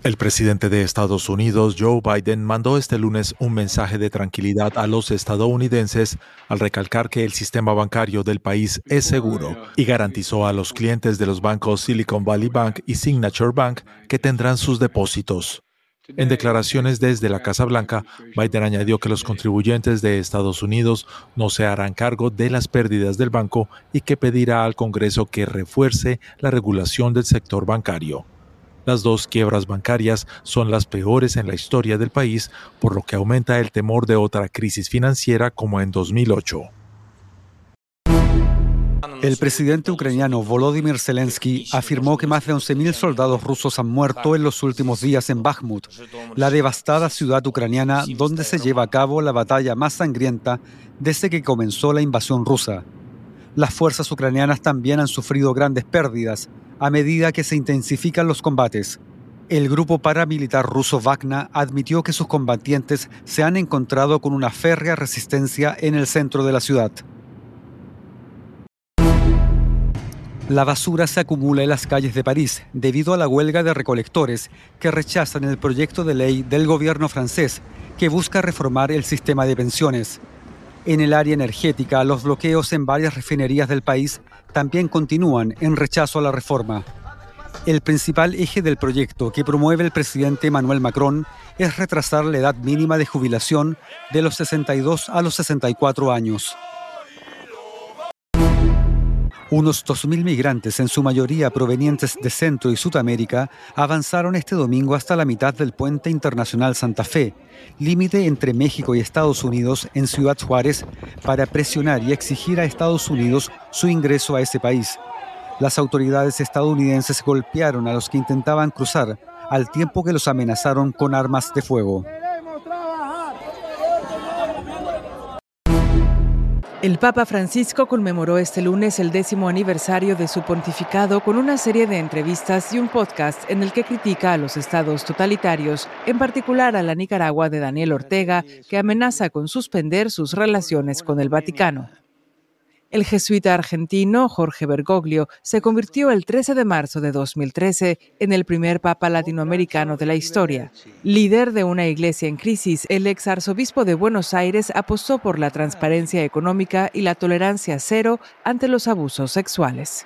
El presidente de Estados Unidos, Joe Biden, mandó este lunes un mensaje de tranquilidad a los estadounidenses al recalcar que el sistema bancario del país es seguro y garantizó a los clientes de los bancos Silicon Valley Bank y Signature Bank que tendrán sus depósitos. En declaraciones desde la Casa Blanca, Biden añadió que los contribuyentes de Estados Unidos no se harán cargo de las pérdidas del banco y que pedirá al Congreso que refuerce la regulación del sector bancario. Las dos quiebras bancarias son las peores en la historia del país, por lo que aumenta el temor de otra crisis financiera como en 2008. El presidente ucraniano Volodymyr Zelensky afirmó que más de 11.000 soldados rusos han muerto en los últimos días en Bakhmut, la devastada ciudad ucraniana donde se lleva a cabo la batalla más sangrienta desde que comenzó la invasión rusa. Las fuerzas ucranianas también han sufrido grandes pérdidas a medida que se intensifican los combates. El grupo paramilitar ruso Wagner admitió que sus combatientes se han encontrado con una férrea resistencia en el centro de la ciudad. La basura se acumula en las calles de París debido a la huelga de recolectores que rechazan el proyecto de ley del gobierno francés que busca reformar el sistema de pensiones. En el área energética, los bloqueos en varias refinerías del país también continúan en rechazo a la reforma. El principal eje del proyecto que promueve el presidente Emmanuel Macron es retrasar la edad mínima de jubilación de los 62 a los 64 años. Unos 2.000 migrantes, en su mayoría provenientes de Centro y Sudamérica, avanzaron este domingo hasta la mitad del puente internacional Santa Fe, límite entre México y Estados Unidos en Ciudad Juárez, para presionar y exigir a Estados Unidos su ingreso a ese país. Las autoridades estadounidenses golpearon a los que intentaban cruzar, al tiempo que los amenazaron con armas de fuego. El Papa Francisco conmemoró este lunes el 10º aniversario de su pontificado con una serie de entrevistas y un podcast en el que critica a los estados totalitarios, en particular a la Nicaragua de Daniel Ortega, que amenaza con suspender sus relaciones con el Vaticano. El jesuita argentino Jorge Bergoglio se convirtió el 13 de marzo de 2013 en el primer papa latinoamericano de la historia. Líder de una iglesia en crisis, el ex arzobispo de Buenos Aires apostó por la transparencia económica y la tolerancia cero ante los abusos sexuales.